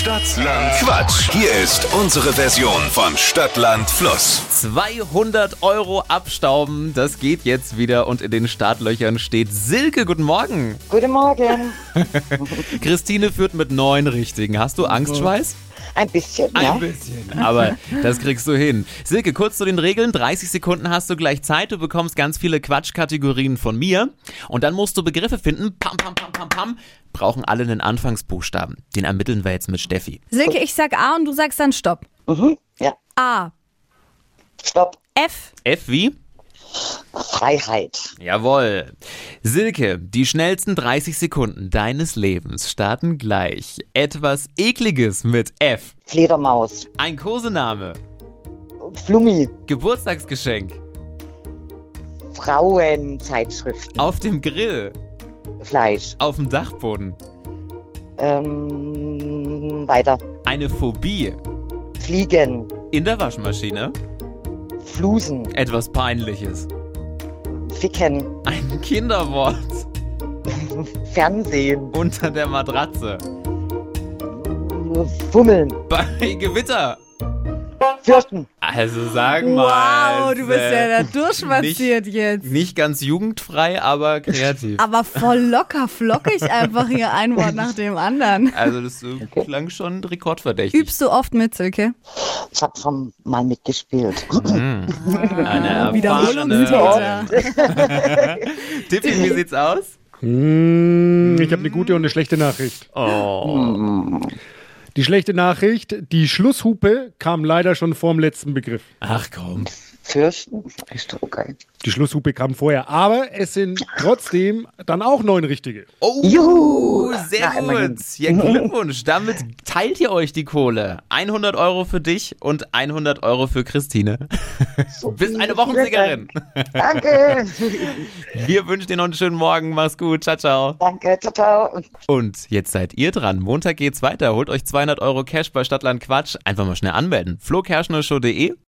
Stadtland Quatsch. Hier ist unsere Version von Stadtland Fluss. 200 € abstauben, das geht jetzt wieder und in den Startlöchern steht Silke. Guten Morgen. Guten Morgen. Christine führt mit 9 Richtigen. Hast du Angstschweiß? Ein bisschen, ja. Ein bisschen, aber das kriegst du hin. Silke, kurz zu den Regeln. 30 Sekunden hast du gleich Zeit. Du bekommst ganz viele Quatschkategorien von mir. Und dann musst du Begriffe finden. Pam, pam, pam, pam, pam. Brauchen alle einen Anfangsbuchstaben. Den ermitteln wir jetzt mit Steffi. Silke, ich sag A und du sagst dann Stopp. Ja. A. Stopp. F. F wie? Freiheit. Jawohl. Silke, die schnellsten 30 Sekunden deines Lebens starten gleich. Etwas Ekliges mit F. Fledermaus. Ein Kosename. Flummi. Geburtstagsgeschenk. Frauenzeitschriften. Auf dem Grill. Fleisch. Auf dem Dachboden. Weiter. Eine Phobie. Fliegen. In der Waschmaschine. Flusen. Etwas Peinliches. Ficken. Ein Kinderwort. Fernsehen. Unter der Matratze. Fummeln. Bei Gewitter. Fürchten. Also sag mal. Wow, du bist ja da durchmarschiert jetzt. Nicht ganz jugendfrei, aber kreativ. Aber voll locker flockig einfach hier ein Wort nach dem anderen. Also das klang schon rekordverdächtig. Übst du oft mit, Silke? Ich habe schon mal mitgespielt. Eine Wiederholungstäter. Tippi, wie sieht's aus? Ich habe eine gute und eine schlechte Nachricht. Die schlechte Nachricht, die Schlusshupe kam leider schon vorm letzten Begriff. Ach komm. Fürchten. Ist doch okay. Die Schlusshupe kam vorher, aber es sind trotzdem dann auch 9 richtige. Oh, Juhu. sehr immerhin. gut. Ja, Glückwunsch. Damit teilt ihr euch die Kohle. 100 € für dich und 100 € für Christine. Du bist eine Wochensiegerin. Danke. Wir wünschen dir noch einen schönen Morgen. Mach's gut. Ciao, ciao. Danke. Ciao, ciao. Und jetzt seid ihr dran. Montag geht's weiter. Holt euch 200 € Cash bei Stadtland Quatsch. Einfach mal schnell anmelden. flokerschnershow.de